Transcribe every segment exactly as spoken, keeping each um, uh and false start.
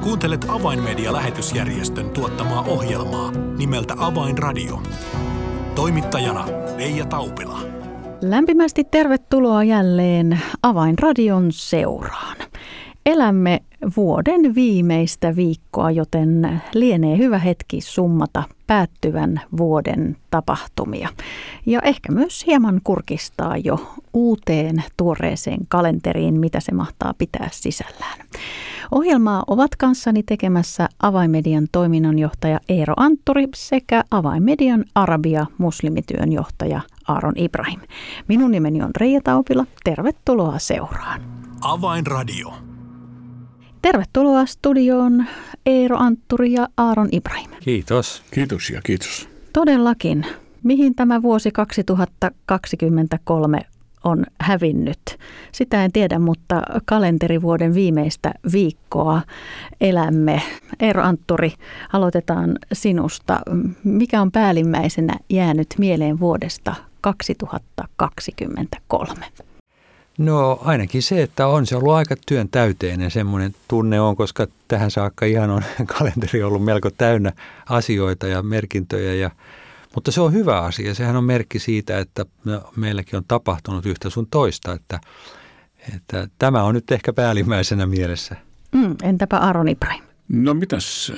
Kuuntelet Avainmedia-lähetysjärjestön tuottamaa ohjelmaa nimeltä Avainradio. Toimittajana Leija Taupila. Lämpimästi tervetuloa jälleen Avainradion seuraan. Elämme vuoden viimeistä viikkoa, joten lienee hyvä hetki summata päättyvän vuoden tapahtumia. Ja ehkä myös hieman kurkistaa jo uuteen tuoreeseen kalenteriin, mitä se mahtaa pitää sisällään. Ohjelmaa ovat kanssani tekemässä Avainmedian toiminnanjohtaja Eero Antturi sekä Avainmedian Arabia-muslimityönjohtaja Aaron Ibrahim. Minun nimeni on Leija Taupila. Tervetuloa seuraan. Avainradio. Tervetuloa studioon Eero Antturi ja Aaron Ibrahim. Kiitos. Kiitos ja kiitos. Todellakin. Mihin tämä vuosi kaksituhattakaksikymmentäkolme on hävinnyt? Sitä en tiedä, mutta kalenterivuoden viimeistä viikkoa elämme. Eero Antturi, aloitetaan sinusta. Mikä on päällimmäisenä jäänyt mieleen vuodesta kaksituhattakaksikymmentäkolme? No ainakin se, että on se ollut aika työn täyteinen, semmoinen tunne on, koska tähän saakka ihan on kalenteri ollut melko täynnä asioita ja merkintöjä. Ja, mutta se on hyvä asia. Sehän on merkki siitä, että meilläkin on tapahtunut yhtä sun toista, että, että tämä on nyt ehkä päällimmäisenä mielessä. Mm, entäpä Aaron Ibrahim? No mitäs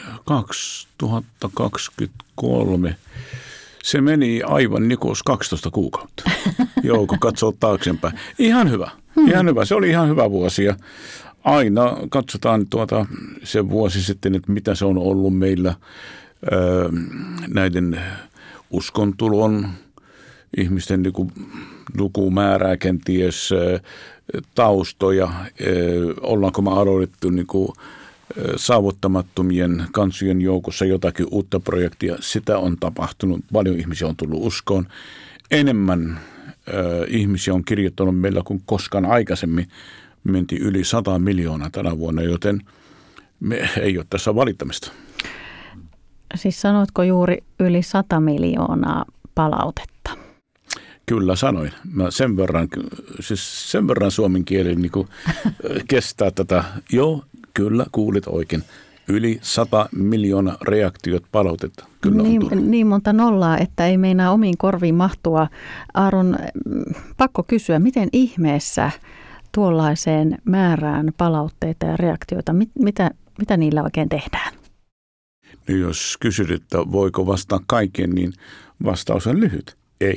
kaksituhattakaksikymmentäkolme? Se meni aivan nikos kaksitoista kuukautta. Joo, kun katsoo taaksepäin. Ihan hyvä. Ihan hyvä. Se oli ihan hyvä vuosi. Ja aina katsotaan tuota se vuosi sitten, että mitä se on ollut meillä öö, näiden uskontulon ihmisten niin kuin lukumäärää, kenties öö, taustoja. Öö, ollaanko me aloitettu niin kuin saavuttamattomien kansojen joukossa jotakin uutta projektia. Sitä on tapahtunut. Paljon ihmisiä on tullut uskoon. Enemmän ö, ihmisiä on kirjoittanut meillä kuin koskaan aikaisemmin. Menti yli sata miljoonaa tänä vuonna, joten me ei ole tässä valittamista. Siis sanotko juuri yli sata miljoonaa palautetta? Kyllä sanoin. Mä sen verran, siis sen verran suomen kieli niin kuin kestää tätä. Joo, kyllä kuulit oikein. Yli sata miljoonaa reaktiot palautetta. Kyllä niin, on tullut. Niin monta nollaa, että ei meinaa omiin korviin mahtua. Aaron, pakko kysyä, miten ihmeessä tuollaiseen määrään palautteita ja reaktioita, mit, mitä, mitä niillä oikein tehdään? No jos kysyt, että voiko vastata kaikkien, niin vastaus on lyhyt. Ei.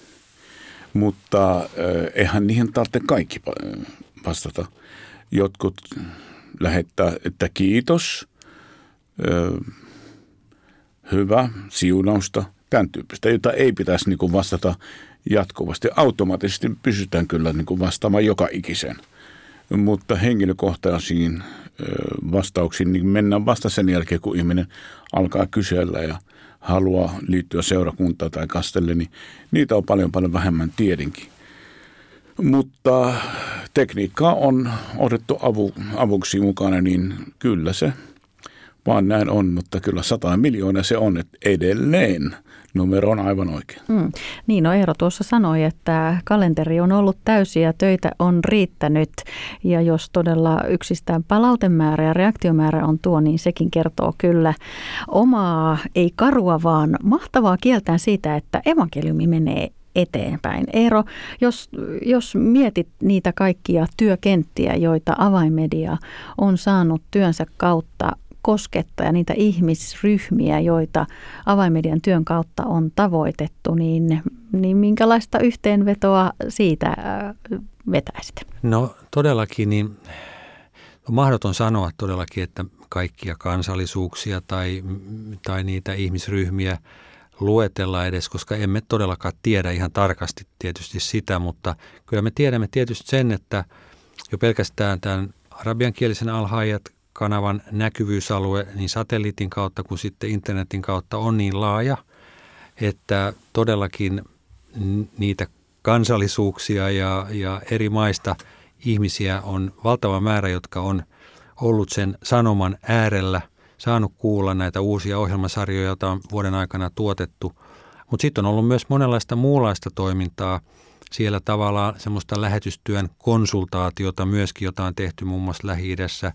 Mutta äh, eihän niihin tarvitse kaikki vastata. Jotkut lähettää, että kiitos, ö, hyvä, siunausta, tämän tyyppistä, jota ei pitäisi niin kuin vastata jatkuvasti. Automaattisesti pysytään kyllä niin kuin vastaamaan joka ikisen, mutta henkilökohtaisiin ö, vastauksiin niin mennään vasta sen jälkeen, kun ihminen alkaa kysellä ja haluaa liittyä seurakuntaan tai kastelle, niin niitä on paljon paljon vähemmän tietenkin. Mutta tekniikkaa on otettu avu, avuksi mukana, niin kyllä se vaan näin on, mutta kyllä sata miljoonaa se on, että edelleen numero on aivan oikein. Mm. Niin, no Eero tuossa sanoi, että kalenteri on ollut täysi ja töitä on riittänyt. Ja jos todella yksistään palautemäärä ja reaktiomäärä on tuo, niin sekin kertoo kyllä omaa, ei karua, vaan mahtavaa kieltään siitä, että evankeliumi menee eteenpäin. Eero, jos, jos mietit niitä kaikkia työkenttiä, joita Avainmedia on saanut työnsä kautta koskettaa ja niitä ihmisryhmiä, joita Avainmedian työn kautta on tavoitettu, niin, niin minkälaista yhteenvetoa siitä vetäisit? No todellakin, niin on mahdoton sanoa todellakin, että kaikkia kansallisuuksia tai, tai niitä ihmisryhmiä luetella edes, koska emme todellakaan tiedä ihan tarkasti tietysti sitä, mutta kyllä me tiedämme tietysti sen, että jo pelkästään tämän arabiankielisen Al-Hayat-kanavan näkyvyysalue niin satelliitin kautta kuin sitten internetin kautta on niin laaja, että todellakin niitä kansallisuuksia ja, ja eri maista ihmisiä on valtava määrä, jotka on ollut sen sanoman äärellä, saanut kuulla näitä uusia ohjelmasarjoja, joita on vuoden aikana tuotettu. Mutta sitten on ollut myös monenlaista muunlaista toimintaa. Siellä tavallaan semmoista lähetystyön konsultaatiota myöskin, jota on tehty muun muassa Lähi-idässä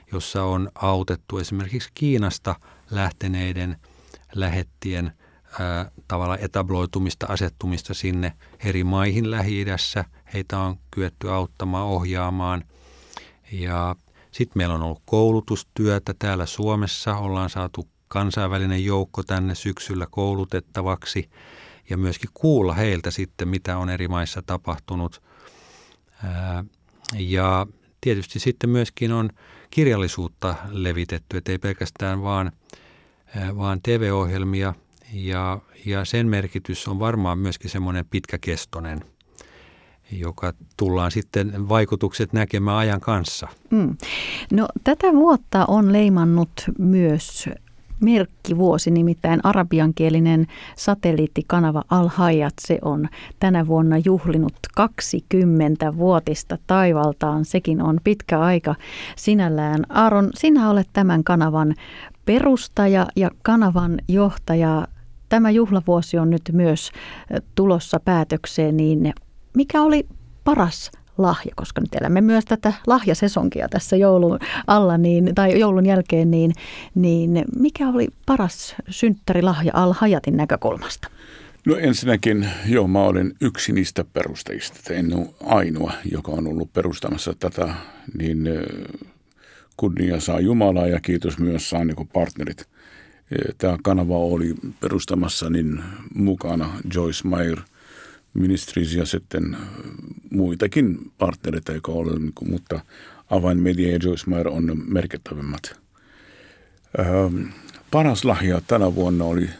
jossa on autettu esimerkiksi Kiinasta lähteneiden lähettien ää, tavallaan etabloitumista, asettumista sinne eri maihin Lähi-idässä. Heitä on kyetty auttamaan, ohjaamaan. Ja sitten meillä on ollut koulutustyötä täällä Suomessa. Ollaan saatu kansainvälinen joukko tänne syksyllä koulutettavaksi ja myöskin kuulla heiltä sitten, mitä on eri maissa tapahtunut. Ää, ja tietysti sitten myöskin on kirjallisuutta levitetty, että ei pelkästään vaan, vaan T V-ohjelmia ja, ja sen merkitys on varmaan myöskin semmoinen pitkäkestoinen, joka tullaan sitten vaikutukset näkemään ajan kanssa. Mm. No tätä vuotta on leimannut myös merkkivuosi, nimittäin arabiankielinen satelliittikanava Al Hayat. Se on tänä vuonna juhlinut kaksikymmentä vuotista taivaltaan. Sekin on pitkä aika sinällään. Aaron, sinä olet tämän kanavan perustaja ja kanavan johtaja. Tämä juhlavuosi on nyt myös tulossa päätökseen, niin mikä oli paras lahja, koska nyt elämme myös tätä lahjasesonkia tässä joulun alla niin, tai joulun jälkeen, niin, niin mikä oli paras synttärilahja Al Hayatin näkökulmasta? No ensinnäkin, joo, mä olen yksi niistä perustajista. En ole ainoa, joka on ollut perustamassa tätä, niin kunnia saa Jumalaa ja kiitos myös saa niin partnerit. Tämä kanava oli perustamassa niin mukana Joyce Meyer Ministries ja sitten muitakin partnereita, jotka oli, mutta Avainmedia ja Joyce Meyer on merkittävimmät. Ähm, paras lahja tänä vuonna oli,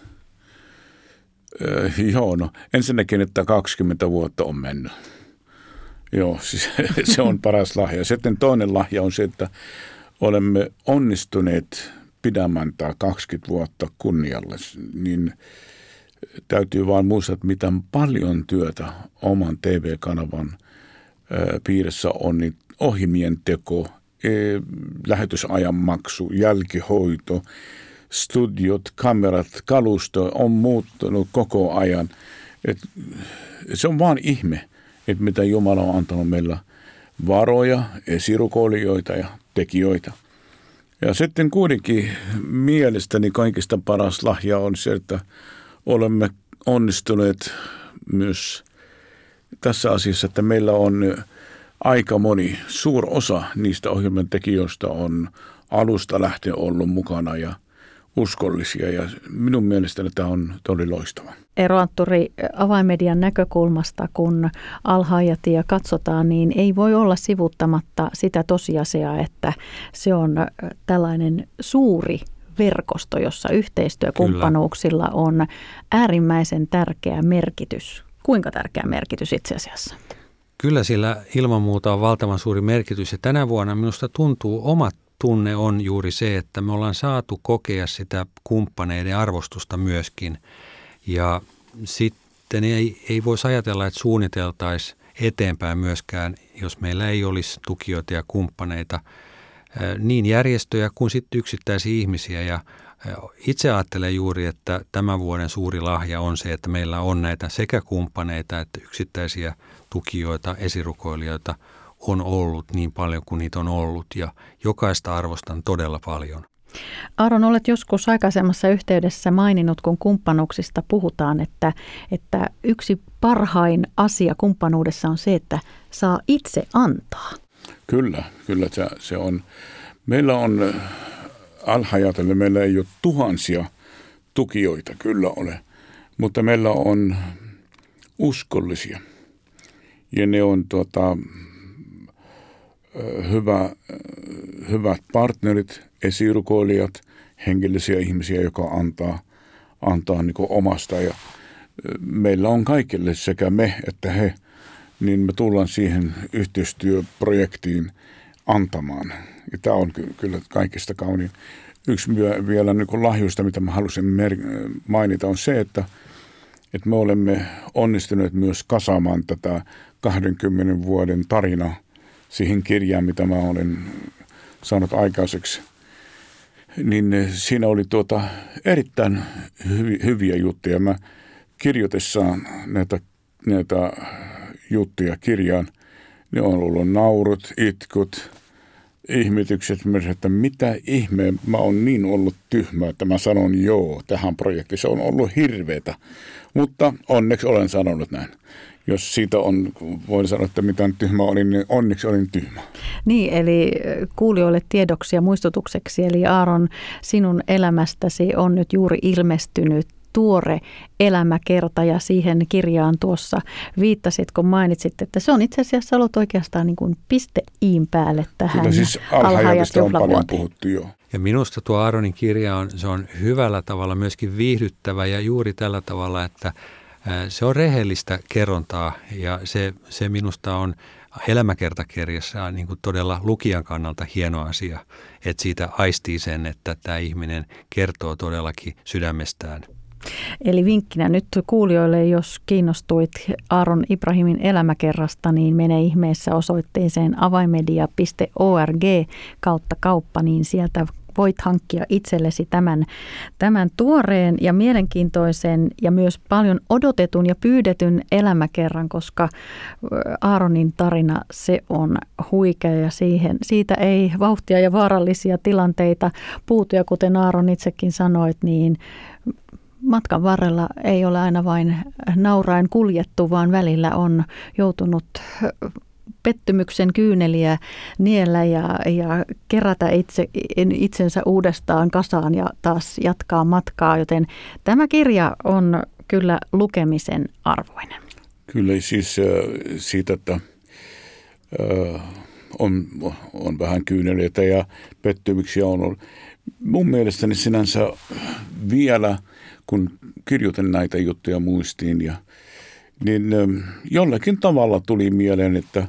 äh, joo, no ensinnäkin, että kaksikymmentä vuotta on mennyt. Joo, siis se on paras lahja. Sitten toinen lahja on se, että olemme onnistuneet pidämään tämä kaksikymmentä vuotta kunnialle, niin täytyy vaan muistaa, että miten paljon työtä oman T V-kanavan ö, piirissä on, niin ohjelmien teko, e, lähetysajan maksu, jälkihoito, studiot, kamerat, kalusto on muuttunut koko ajan. Et, se on vaan ihme, että mitä Jumala on antanut meillä varoja, esirukoilijoita ja tekijöitä. Ja sitten kuitenkin mielestäni kaikista paras lahja on se, että olemme onnistuneet myös tässä asiassa, että meillä on aika moni, suur osa niistä ohjelmien tekijöistä on alusta lähtien ollut mukana ja uskollisia. Ja minun mielestäni tämä on todella loistava. Eero Antturi, Avainmedian näkökulmasta, kun Al Hayatia katsotaan, niin ei voi olla sivuuttamatta sitä tosiasiaa, että se on tällainen suuri verkosto, jossa yhteistyökumppanuuksilla on äärimmäisen tärkeä merkitys. Kuinka tärkeä merkitys itse asiassa? Kyllä sillä ilman muuta on valtavan suuri merkitys ja tänä vuonna minusta tuntuu, oma tunne on juuri se, että me ollaan saatu kokea sitä kumppaneiden arvostusta myöskin ja sitten ei, ei voisi ajatella, että suunniteltaisiin eteenpäin myöskään, jos meillä ei olisi tukijoita ja kumppaneita, niin järjestöjä kuin sitten yksittäisiä ihmisiä ja itse ajattelen juuri, että tämän vuoden suuri lahja on se, että meillä on näitä sekä kumppaneita että yksittäisiä tukijoita, esirukoilijoita on ollut niin paljon kuin niitä on ollut ja jokaista arvostan todella paljon. Aaron, olet joskus aikaisemmassa yhteydessä maininnut, kun kumppanuuksista puhutaan, että, että yksi parhain asia kumppanuudessa on se, että saa itse antaa. Kyllä, kyllä se, se on. Meillä on Al Hayatilla, meillä ei ole tuhansia tukijoita, kyllä ole, mutta meillä on uskollisia ja ne on tuota, hyvä, hyvät partnerit, esirukoilijat, henkilöisiä ihmisiä, joka antaa, antaa niin kuin omasta ja meillä on kaikille sekä me että he, niin me tullaan siihen yhteistyöprojektiin antamaan. Ja tämä on kyllä kaikista kaunin. Yksi vielä niin kuin lahjuista, mitä mä halusin mainita, on se, että, että me olemme onnistuneet myös kasaamaan tätä kahdenkymmenen vuoden tarinaa siihen kirjaan, mitä mä olen saanut aikaiseksi. Niin siinä oli tuota erittäin hyvi, hyviä juttuja. Mä kirjoitessaan näitä, näitä juttuja kirjaan, ne on ollut naurut, itkut, ihmetykset myös, että mitä ihmeä, mä oon niin ollut tyhmä, että mä sanon joo tähän projektiin. Se on ollut hirveetä, mutta onneksi olen sanonut näin. Jos siitä on, voin sanoa, että mitään tyhmä olin, niin onneksi olin tyhmä. Niin, eli kuulijoille tiedoksi ja muistutukseksi, eli Aaron, sinun elämästäsi on nyt juuri ilmestynyt tuore elämäkerta ja siihen kirjaan tuossa viittasit, kun mainitsit, että se on itse asiassa ollut oikeastaan niin kuin piste iin päälle tähän Kyllä siis alhaajatista on paljon puhuttu jo. Ja minusta tuo Aaronin kirja on, se on hyvällä tavalla myöskin viihdyttävä ja juuri tällä tavalla, että se on rehellistä kerrontaa ja se, se minusta on elämäkertakirjassa niin kuin todella lukijan kannalta hieno asia, että siitä aistii sen, että tämä ihminen kertoo todellakin sydämestään. Eli vinkkinä nyt kuulijoille, jos kiinnostuit Aaron Ibrahimin elämäkerrasta, niin mene ihmeessä osoitteeseen avainmedia piste org kautta kauppa, niin sieltä voit hankkia itsellesi tämän, tämän tuoreen ja mielenkiintoisen ja myös paljon odotetun ja pyydetyn elämäkerran, koska Aaronin tarina, se on huikea ja siihen, siitä ei vauhtia ja vaarallisia tilanteita puutu. Ja kuten Aaron itsekin sanoit, niin matkan varrella ei ole aina vain nauraen kuljettu, vaan välillä on joutunut pettymyksen kyyneliä niellä ja, ja kerätä itse, itsensä uudestaan kasaan ja taas jatkaa matkaa, joten tämä kirja on kyllä lukemisen arvoinen. Kyllä siis siitä, että on, on vähän kyyneliä ja pettymyksiä on ollut. Mun mielestäni sinänsä vielä, kun kirjoitin näitä juttuja muistiin, ja, niin jollakin tavalla tuli mieleen, että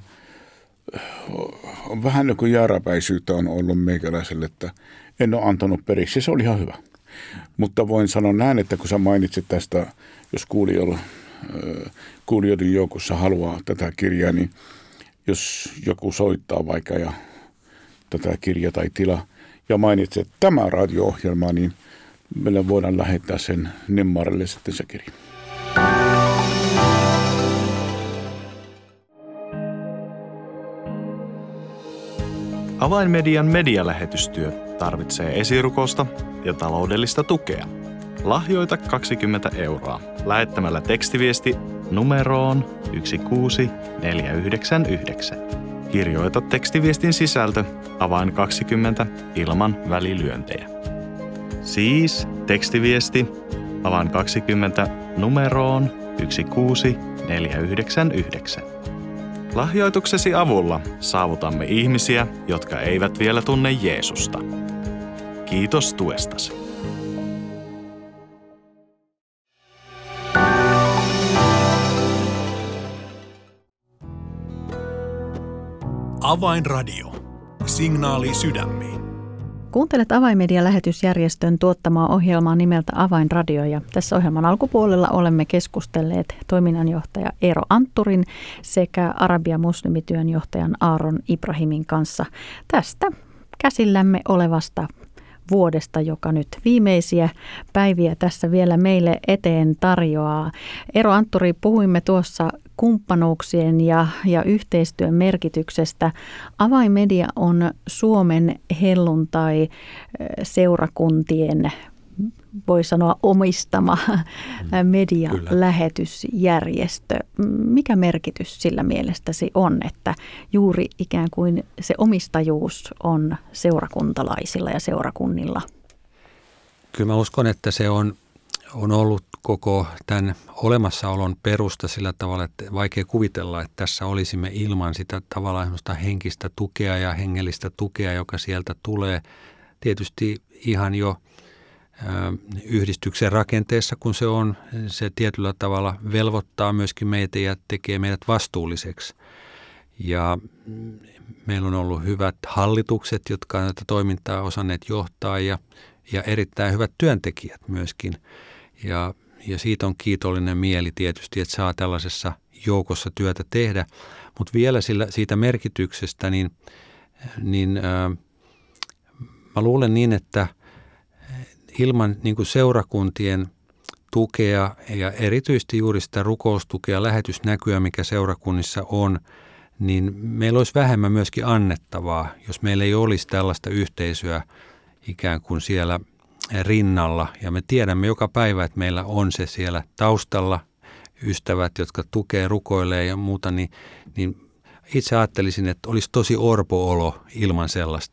vähän niin kuin jääräpäisyyttä on ollut meikäläiselle, että en ole antanut periksi. Se oli ihan hyvä. Mutta voin sanoa näin, että kun sä mainitsit tästä, jos kuulijoiden joukossa haluaa tätä kirjaa, niin jos joku soittaa vaikka ja tätä kirjaa tai tila ja mainitset tämä radio-ohjelma, niin meillä voidaan lähettää sen Nemmarille sitten se kirja. Avainmedian medialähetystyö tarvitsee esirukousta ja taloudellista tukea. Lahjoita kaksikymmentä euroa lähettämällä tekstiviesti numeroon yksi kuusi neljä yhdeksän yhdeksän. Kirjoita tekstiviestin sisältö avain kaksikymmentä ilman välilyöntejä. Siis tekstiviesti avain kaksikymmentä numeroon yksi kuusi neljä yhdeksän yhdeksän. Lahjoituksesi avulla saavutamme ihmisiä, jotka eivät vielä tunne Jeesusta. Kiitos tuestasi. Avainradio. Signaali sydämiin. Kuuntelet Avainmedia-lähetysjärjestön tuottamaa ohjelmaa nimeltä Avainradio ja tässä ohjelman alkupuolella olemme keskustelleet toiminnanjohtaja Eero Antturin sekä Arabian muslimityönjohtajan Aaron Ibrahimin kanssa tästä käsillämme olevasta vuodesta, joka nyt viimeisiä päiviä tässä vielä meille eteen tarjoaa. Eero Antturi, puhuimme tuossa kumppanuuksien ja, ja yhteistyön merkityksestä. Avainmedia on Suomen helluntai-seurakuntien, voi sanoa omistama medialähetysjärjestö. Mikä merkitys sillä mielestäsi on, että juuri ikään kuin se omistajuus on seurakuntalaisilla ja seurakunnilla? Kyllä mä uskon, että se on, on ollut koko tämän olemassaolon perusta sillä tavalla, että vaikea kuvitella, että tässä olisimme ilman sitä tavallaan semmoista henkistä tukea ja hengellistä tukea, joka sieltä tulee. Tietysti ihan jo yhdistyksen rakenteessa, kun se on, se tietyllä tavalla velvoittaa myöskin meitä ja tekee meidät vastuulliseksi. Ja meillä on ollut hyvät hallitukset, jotka on tätä toimintaa osanneet johtaa ja, ja erittäin hyvät työntekijät myöskin. Ja, ja siitä on kiitollinen mieli tietysti, että saa tällaisessa joukossa työtä tehdä. Mutta vielä sillä, siitä merkityksestä, niin, niin äh, mä luulen niin, että ilman niin kuin seurakuntien tukea ja erityisesti juuri sitä rukoustukea, lähetysnäkyä, mikä seurakunnissa on, niin meillä olisi vähemmän myöskin annettavaa, jos meillä ei olisi tällaista yhteisöä ikään kuin siellä rinnalla. Ja me tiedämme joka päivä, että meillä on se siellä taustalla, ystävät, jotka tukee, rukoilee ja muuta, niin, niin itse ajattelisin, että olisi tosi orpo-olo ilman sellaista.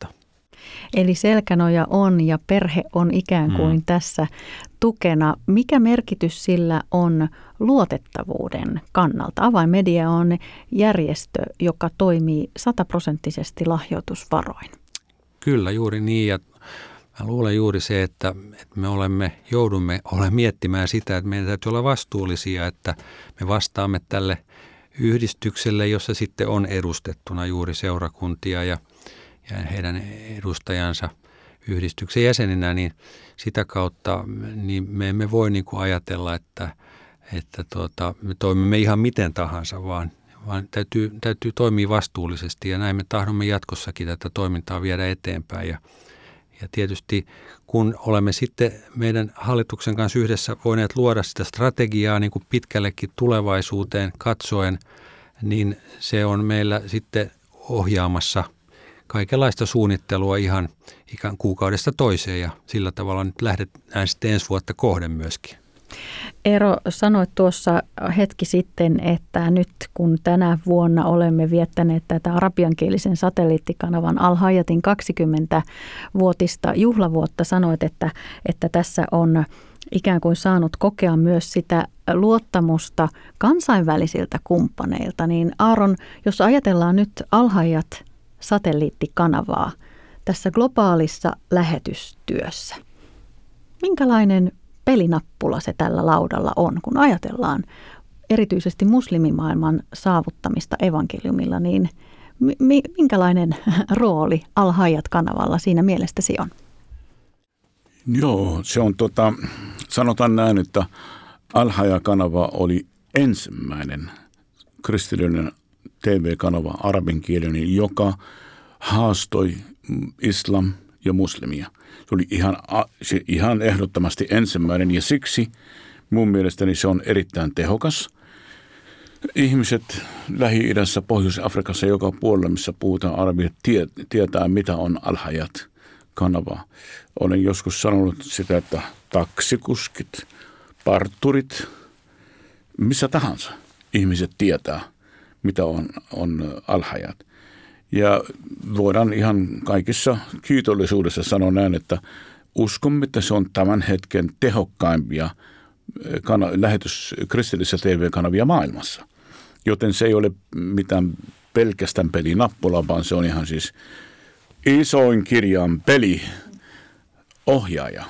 Eli selkänoja on ja perhe on ikään kuin mm. tässä tukena. Mikä merkitys sillä on luotettavuuden kannalta? Avainmedia on järjestö, joka toimii sataprosenttisesti lahjoitusvaroin. Kyllä, juuri niin. Ja mä luulen juuri se, että, että me olemme, joudumme ole miettimään sitä, että meidän täytyy olla vastuullisia, että me vastaamme tälle yhdistykselle, jossa sitten on edustettuna juuri seurakuntia ja, ja heidän edustajansa yhdistyksen jäseninä, niin sitä kautta niin me emme voi niin kuin ajatella, että, että tuota, me toimimme ihan miten tahansa, vaan, vaan täytyy, täytyy toimia vastuullisesti ja näin me tahdomme jatkossakin tätä toimintaa viedä eteenpäin. Ja, ja tietysti kun olemme sitten meidän hallituksen kanssa yhdessä voineet luoda sitä strategiaa niin kuin pitkällekin tulevaisuuteen katsoen, niin se on meillä sitten ohjaamassa kaikenlaista suunnittelua ihan ikään kuukaudesta toiseen ja sillä tavalla nyt lähdetään sitten ensi vuotta kohden myöskin. Eero, sanoit tuossa hetki sitten, että nyt kun tänä vuonna olemme viettäneet tätä arabiankielisen satelliittikanavan Al-Hayatin kaksikymmentävuotista juhlavuotta, sanoit, että, että tässä on ikään kuin saanut kokea myös sitä luottamusta kansainvälisiltä kumppaneilta. Niin Aaron, jos ajatellaan nyt Al-Hayat satelliittikanavaa tässä globaalissa lähetystyössä, minkälainen pelinappula se tällä laudalla on, kun ajatellaan erityisesti muslimimaailman saavuttamista evankeliumilla, niin mi- minkälainen rooli Al-Hayat-kanavalla siinä mielestäsi on? Joo, se on tota, sanotaan näin, että Al-Hayat-kanava oli ensimmäinen kristillinen T V-kanava, arabinkielinen, joka haastoi islam ja muslimia. Se oli ihan, se ihan ehdottomasti ensimmäinen ja siksi mun mielestäni se on erittäin tehokas. Ihmiset Lähi-idässä, Pohjois-Afrikassa, joka puolella, missä puhutaan arabia, tie, tietää mitä on Al-Hayat-kanava. Olen joskus sanonut sitä, että taksikuskit, parturit, missä tahansa ihmiset tietää, mitä on, on Al-Hayat. Ja voidaan ihan kaikissa kiitollisuudessa sanoa näin, että uskomme, että se on tämän hetken tehokkaimpia kana- lähetys kristillisiä T V-kanavia maailmassa. Joten se ei ole mitään pelkästään pelinappula, vaan se on ihan siis isoin kirjan peliohjaaja.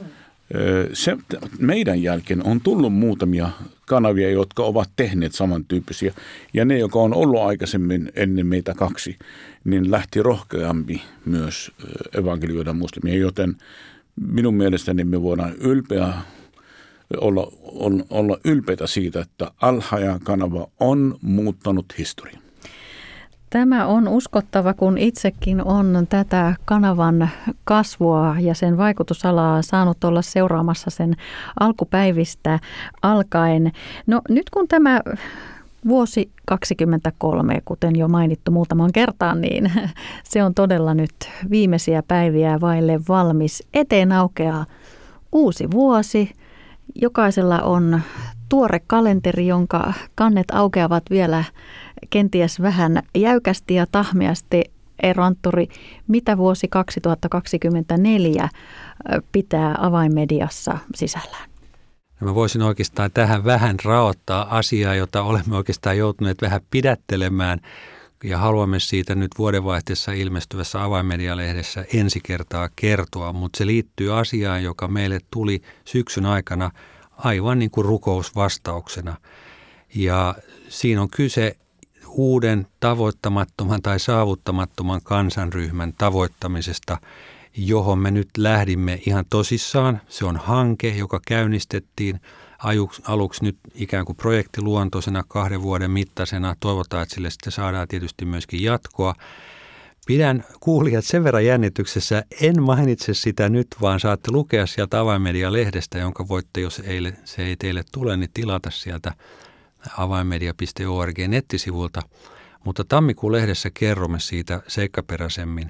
Se, meidän jälkeen on tullut muutamia kanavia, jotka ovat tehneet samantyyppisiä. Ja ne, joka on ollut aikaisemmin ennen meitä kaksi, niin lähti rohkeampi myös evankelioida muslimia. Joten minun mielestäni me voidaan ylpeä, olla, olla, olla ylpeitä siitä, että Al-Hayat-kanava on muuttanut historian. Tämä on uskottava, kun itsekin on tätä kanavan kasvua ja sen vaikutusalaa saanut olla seuraamassa sen alkupäivistä alkaen. No nyt kun tämä vuosi kaksikymmentäkolme, kuten jo mainittu muutaman kertaan, niin se on todella nyt viimeisiä päiviä vaille valmis. Eteen aukeaa uusi vuosi. Jokaisella on tuore kalenteri, jonka kannet aukeavat vielä kenties vähän jäykästi ja tahmeasti. Eero Antturi, mitä vuosi kaksituhattakaksikymmentäneljä pitää avainmediassa sisällään? No mä voisin oikeastaan tähän vähän raottaa asiaa, jota olemme oikeastaan joutuneet vähän pidättelemään ja haluamme siitä nyt vuodenvaihteessa ilmestyvässä Avainmedia-lehdessä ensi kertaa kertoa, mutta se liittyy asiaan, joka meille tuli syksyn aikana aivan niin kuin rukousvastauksena. Ja siinä on kyse uuden tavoittamattoman tai saavuttamattoman kansanryhmän tavoittamisesta, johon me nyt lähdimme ihan tosissaan. Se on hanke, joka käynnistettiin aluksi nyt ikään kuin projektiluontoisena kahden vuoden mittaisena. Toivotaan, että sille sitten saadaan tietysti myöskin jatkoa. Pidän kuulijat sen verran jännityksessä. En mainitse sitä nyt, vaan saatte lukea sieltä Avainmedia-lehdestä, jonka voitte, jos eile, se ei teille tule, niin tilata sieltä avainmedia piste org nettisivulta. Mutta tammikuun lehdessä kerromme siitä seikkaperäisemmin.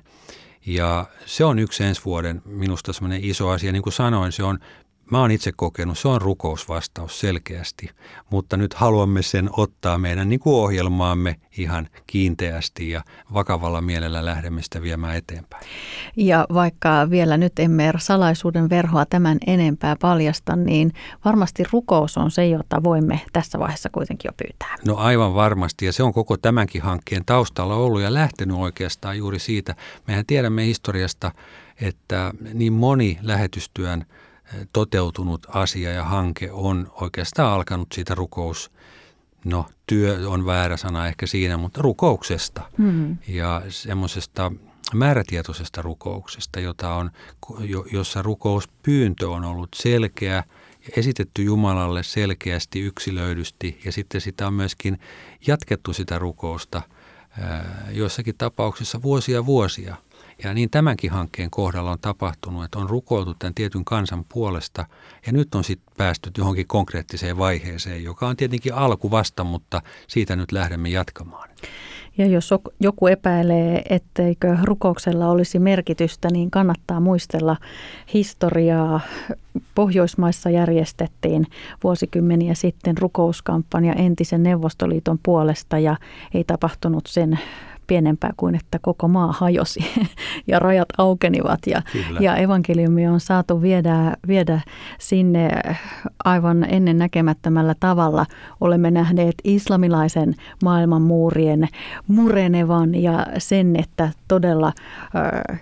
Ja se on yksi ensi vuoden minusta semmoinen iso asia. Niin kuin sanoin, se on, mä oon itse kokenut, se on rukousvastaus selkeästi. Mutta nyt haluamme sen ottaa meidän niin kuin ohjelmaamme ihan kiinteästi ja vakavalla mielellä lähdemme sitä viemään eteenpäin. Ja vaikka vielä nyt emme salaisuuden verhoa tämän enempää paljasta, niin varmasti rukous on se, jota voimme tässä vaiheessa kuitenkin jo pyytää. No aivan varmasti, ja se on koko tämänkin hankkeen taustalla ollut ja lähtenyt oikeastaan juuri siitä. Mehän tiedämme historiasta, että niin moni lähetystyön toteutunut asia ja hanke on oikeastaan alkanut siitä rukous, no työ on väärä sana ehkä siinä, mutta rukouksesta mm. ja semmoisesta määrätietoisesta rukouksesta, jota on, jossa rukouspyyntö on ollut selkeä ja esitetty Jumalalle selkeästi, yksilöidysti ja sitten sitä on myöskin jatkettu sitä rukousta joissakin tapauksissa vuosia vuosia. Ja niin tämänkin hankkeen kohdalla on tapahtunut, että on rukoiltu tämän tietyn kansan puolesta ja nyt on sitten päästy johonkin konkreettiseen vaiheeseen, joka on tietenkin alku vasta, mutta siitä nyt lähdemme jatkamaan. Ja jos joku epäilee, etteikö rukouksella olisi merkitystä, niin kannattaa muistella historiaa. Pohjoismaissa järjestettiin vuosikymmeniä sitten rukouskampanja entisen Neuvostoliiton puolesta ja ei tapahtunut sen pienempää kuin että koko maa hajosi ja rajat aukenivat ja, ja evankeliumi on saatu viedä, viedä sinne aivan ennen näkemättömällä tavalla. Olemme nähneet islamilaisen maailman muurien murenevan ja sen, että todella äh,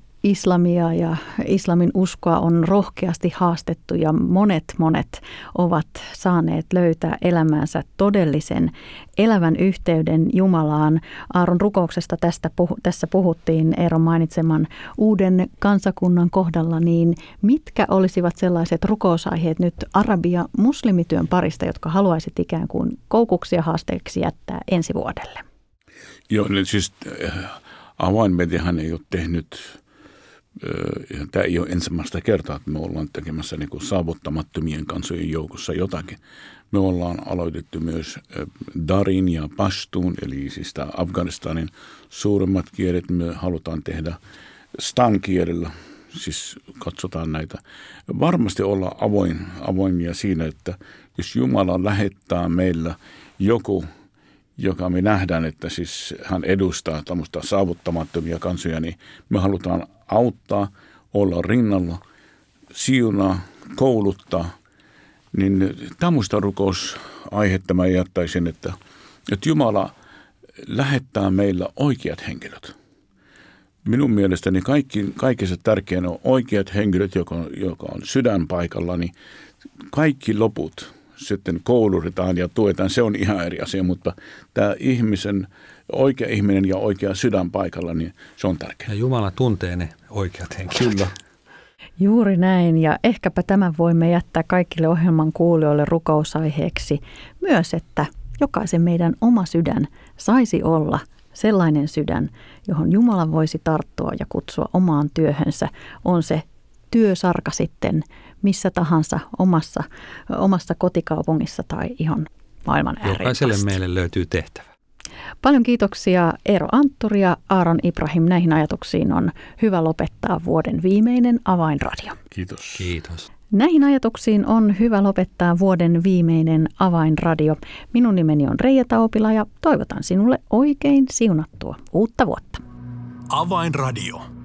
islamia ja islamin uskoa on rohkeasti haastettu ja monet monet ovat saaneet löytää elämäänsä todellisen elävän yhteyden Jumalaan. Aaron rukouksesta tästä puhu, tässä puhuttiin Eeron mainitseman uuden kansakunnan kohdalla, niin mitkä olisivat sellaiset rukousaiheet nyt arabia muslimityön parista, jotka haluaisit ikään kuin koukuksia haasteeksi jättää ensi vuodelle? Joo, siis avainmediahan ei ole tehnyt. Tämä ei ole ensimmäistä kertaa, että me ollaan tekemässä niin kuin saavuttamattomien kansojen joukossa jotakin. Me ollaan aloitettu myös Darin ja Pashtun, eli siis Afganistanin suuremmat kielet. Me halutaan tehdä stan-kielellä, siis katsotaan näitä. Varmasti olla avoin, avoimia siinä, että jos Jumala lähettää meillä joku, joka me nähdään, että siis hän edustaa tämmöistä saavuttamattomia kansoja, niin me halutaan auttaa, olla rinnalla, siunaa, kouluttaa. Niin tämmöistä rukousaihetta mä jättäisin, että, että Jumala lähettää meillä oikeat henkilöt. Minun mielestäni kaikki, kaikissa tärkein on oikeat henkilöt, joka on, joka on sydänpaikalla, niin kaikki loput sitten koulutetaan ja tuetaan, se on ihan eri asia, mutta tämä ihmisen, oikea ihminen ja oikea sydän paikalla, niin se on tärkeää. Ja Jumala tuntee ne oikeat henkilöt. Kyllä. Juuri näin, ja ehkäpä tämän voimme jättää kaikille ohjelman kuulijoille rukousaiheeksi myös, että jokaisen meidän oma sydän saisi olla sellainen sydän, johon Jumala voisi tarttua ja kutsua omaan työhönsä. On se työsarka sitten missä tahansa omassa, omassa kotikaupungissa tai ihan maailman ääriin. Jokaiselle meille löytyy tehtävä. Paljon kiitoksia Eero Antturi ja Aaron Ibrahim. Näihin ajatuksiin on hyvä lopettaa vuoden viimeinen Avainradio. Kiitos. Kiitos. Näihin ajatuksiin on hyvä lopettaa vuoden viimeinen Avainradio. Minun nimeni on Reija Taupila ja toivotan sinulle oikein siunattua uutta vuotta. Avainradio.